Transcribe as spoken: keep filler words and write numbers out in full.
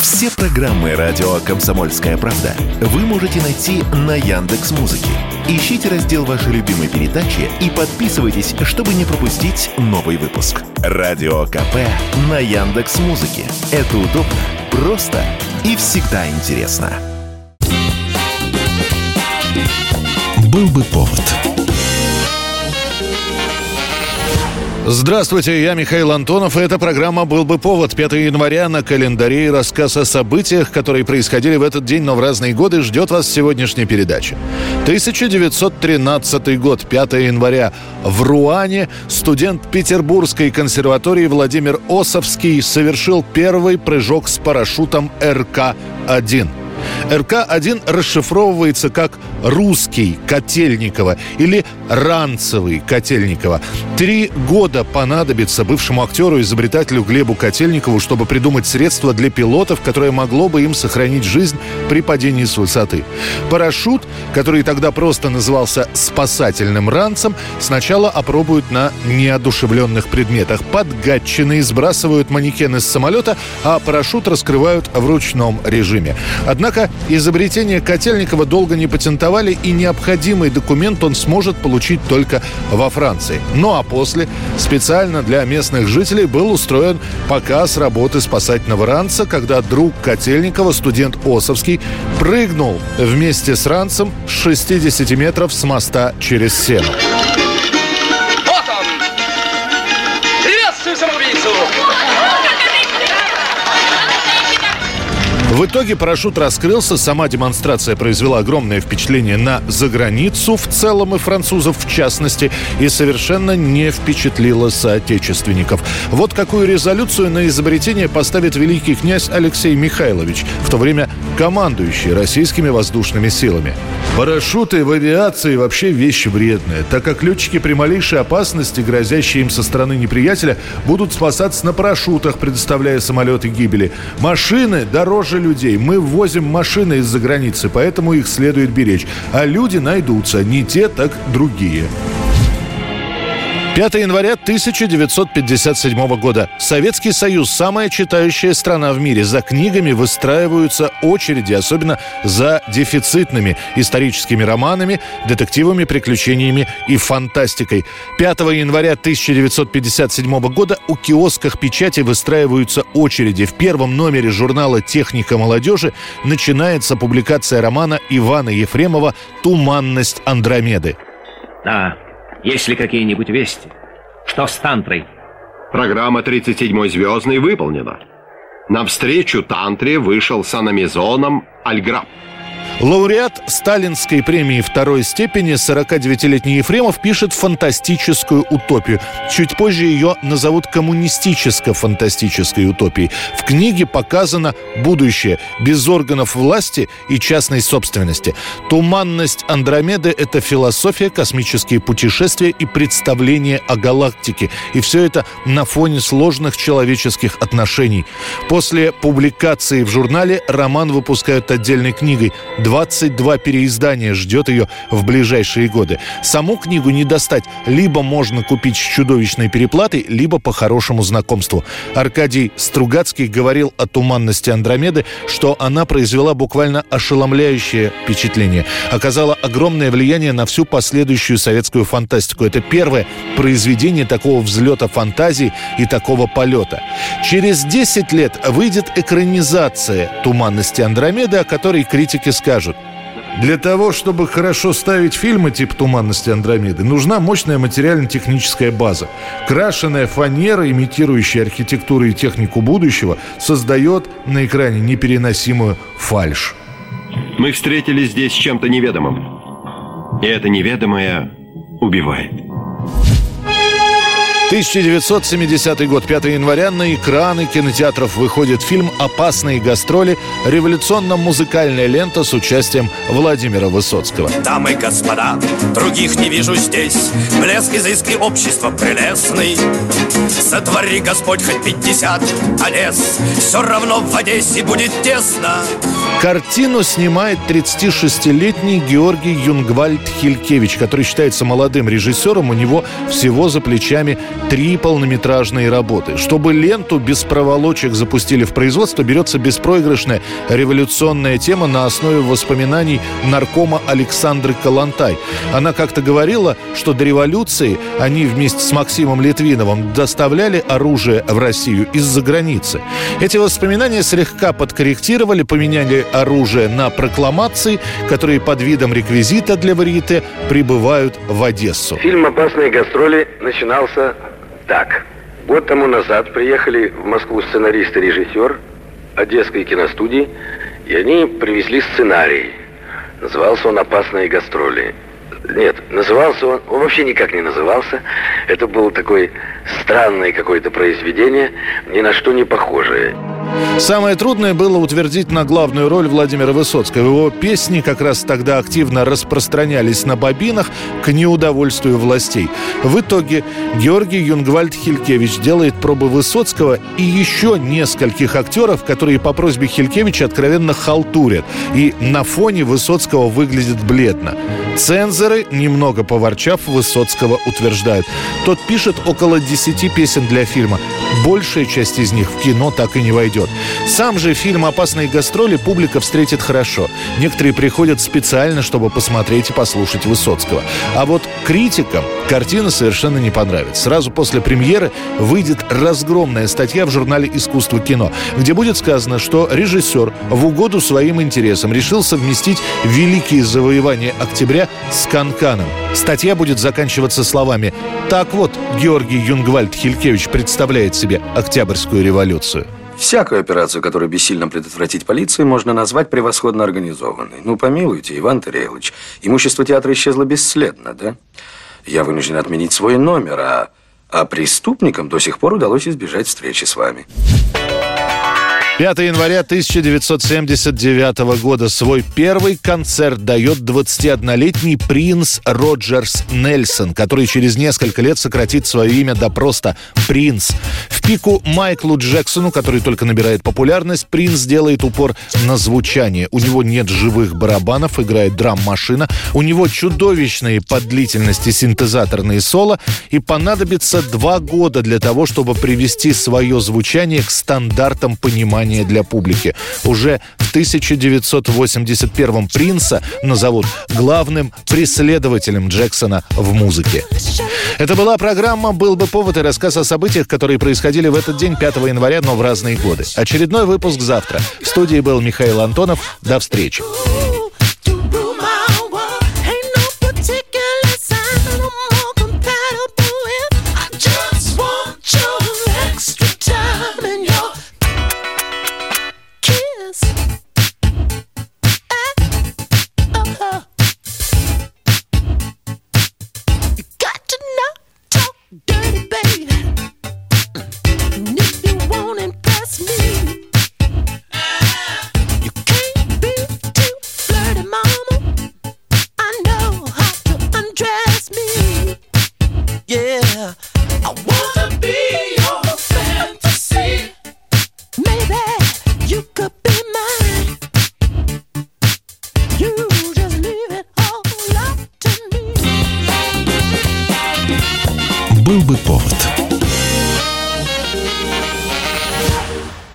Все программы радио «Комсомольская правда» вы можете найти на Яндекс.Музыке. Ищите раздел вашей любимой передачи и подписывайтесь, чтобы не пропустить новый выпуск. Радио КП на Яндекс.Музыке. Это удобно, просто и всегда интересно. Был бы повод. Здравствуйте, я Михаил Антонов, и эта программа «Был бы повод». пятого января на календаре, и рассказ о событиях, которые происходили в этот день, но в разные годы, ждет вас в сегодняшней передаче. тысяча девятьсот тринадцатый год, пятого января. В Руане студент Петербургской консерватории Владимир Осовский совершил первый прыжок с парашютом эр ка один. эр ка один расшифровывается как «русский Котельникова» или «ранцевый Котельникова». Три года понадобится бывшему актеру, изобретателю Глебу Котельникову, чтобы придумать средство для пилотов, которое могло бы им сохранить жизнь при падении с высоты. Парашют, который тогда просто назывался спасательным ранцем, сначала опробуют на неодушевленных предметах. Под гатчиной сбрасывают манекен из самолета, а парашют раскрывают в ручном режиме. Однако изобретение Котельникова долго не патентовали, и необходимый документ он сможет получить только во Франции. Ну а после специально для местных жителей был устроен показ работы спасательного ранца, когда друг Котельникова, студент Осовский, прыгнул вместе с ранцем с шестидесяти метров с моста через Сену. Вот он! Приветствую самоубийцу! В итоге парашют раскрылся, сама демонстрация произвела огромное впечатление на заграницу в целом и французов в частности, и совершенно не впечатлила соотечественников. Вот какую резолюцию на изобретение поставит великий князь Алексей Михайлович, в то время командующий российскими воздушными силами. Парашюты в авиации вообще вещь вредная, так как летчики при малейшей опасности, грозящей им со стороны неприятеля, будут спасаться на парашютах, предоставляя самолеты гибели. Машины дороже людей. Мы ввозим машины из-за границы, поэтому их следует беречь. А люди найдутся. Не те, так другие. пятого января тысяча девятьсот пятьдесят седьмого года. Советский Союз – самая читающая страна в мире. За книгами выстраиваются очереди, особенно за дефицитными историческими романами, детективами, приключениями и фантастикой. пятого января тысяча девятьсот пятьдесят седьмого года у киосков печати выстраиваются очереди. В первом номере журнала «Техника молодежи» начинается публикация романа Ивана Ефремова «Туманность Андромеды». Да. Есть ли какие-нибудь вести? Что с тантрой? Программа тридцать седьмой звездной выполнена. Навстречу тантре вышел с аномизоном Альграб. Лауреат Сталинской премии второй степени сорокадевятилетний Ефремов пишет фантастическую утопию. Чуть позже ее назовут коммунистическо-фантастической утопией. В книге показано будущее без органов власти и частной собственности. «Туманность Андромеды» — это философия, космические путешествия и представления о галактике. И все это на фоне сложных человеческих отношений. После публикации в журнале роман выпускают отдельной книгой. двадцать два переиздания ждет ее в ближайшие годы. Саму книгу не достать. Либо можно купить с чудовищной переплатой, либо по хорошему знакомству. Аркадий Стругацкий говорил о «Туманности Андромеды», что она произвела буквально ошеломляющее впечатление. Оказала огромное влияние на всю последующую советскую фантастику. Это первое произведение такого взлета фантазии и такого полета. Через десять лет выйдет экранизация «Туманности Андромеды», о которой критики скажут: для того, чтобы хорошо ставить фильмы типа «Туманности Андромеды», нужна мощная материально-техническая база. Крашеная фанера, имитирующая архитектуру и технику будущего, создает на экране непереносимую фальшь. Мы встретились здесь с чем-то неведомым. И это неведомое убивает. тысяча девятьсот семидесятый год, пятого января, на экраны кинотеатров выходит фильм «Опасные гастроли», революционно-музыкальная лента с участием Владимира Высоцкого. Дамы и господа, других не вижу здесь, блеск изыски общества прелестный. Сотвори Господь хоть пятьдесят Одесс, все равно в Одессе будет тесно. Картину снимает тридцатишестилетний Георгий Юнгвальд Хилькевич, который считается молодым режиссером. У него всего за плечами три полнометражные работы. Чтобы ленту без проволочек запустили в производство, берется беспроигрышная революционная тема на основе воспоминаний наркома Александры Калантай. Она как-то говорила, что до революции они вместе с Максимом Литвиновым доставляли оружие в Россию из-за границы. Эти воспоминания слегка подкорректировали, поменяли оружие на прокламации, которые под видом реквизита для варьете прибывают в Одессу. Фильм «Опасные гастроли» начинался так. Год тому назад приехали в Москву сценарист и режиссер Одесской киностудии, и они привезли сценарий. Назывался он «Опасные гастроли». Нет, назывался он, он вообще никак не назывался. Это было такое странное какое-то произведение, ни на что не похожее. Самое трудное было утвердить на главную роль Владимира Высоцкого. Его песни как раз тогда активно распространялись на бобинах к неудовольствию властей. В итоге Георгий Юнгвальд-Хилькевич делает пробы Высоцкого и еще нескольких актеров, которые по просьбе Хилькевича откровенно халтурят. И на фоне Высоцкого выглядит бледно. Цензоры, немного поворчав, Высоцкого утверждают. Тот пишет около десяти песен для фильма. Большая часть из них в кино так и не войдет. Сам же фильм «Опасные гастроли» публика встретит хорошо. Некоторые приходят специально, чтобы посмотреть и послушать Высоцкого. А вот критикам картина совершенно не понравится. Сразу после премьеры выйдет разгромная статья в журнале «Искусство кино», где будет сказано, что режиссер в угоду своим интересам решил совместить великие завоевания октября с канканом. Статья будет заканчиваться словами: «Так вот, Георгий Юнгвальд-Хилькевич представляет себе Октябрьскую революцию». Всякую операцию, которую бессильно предотвратить полицией, можно назвать превосходно организованной. Ну, помилуйте, Иван Тарелович, имущество театра исчезло бесследно, да? Я вынужден отменить свой номер, а, а преступникам до сих пор удалось избежать встречи с вами. пятого января тысяча девятьсот семьдесят девятого года свой первый концерт дает двадцатиоднолетний принц Роджерс Нельсон, который через несколько лет сократит свое имя до просто «Принц». В пику Майклу Джексону, который только набирает популярность, принц делает упор на звучание. У него нет живых барабанов, играет драм-машина, у него чудовищные по длительности синтезаторные соло, и понадобится два года для того, чтобы привести свое звучание к стандартам понимания для публики. Уже в тысяча девятьсот восемьдесят первом принца назовут главным преследователем Джексона в музыке. Это была программа «Был бы повод» и рассказ о событиях, которые происходили в этот день, пятого января, но в разные годы. Очередной выпуск завтра. В студии был Михаил Антонов. До встречи. Yeah, I wanna be your fantasy. Maybe you could be mine. You just leave it all up to me. Был бы повод.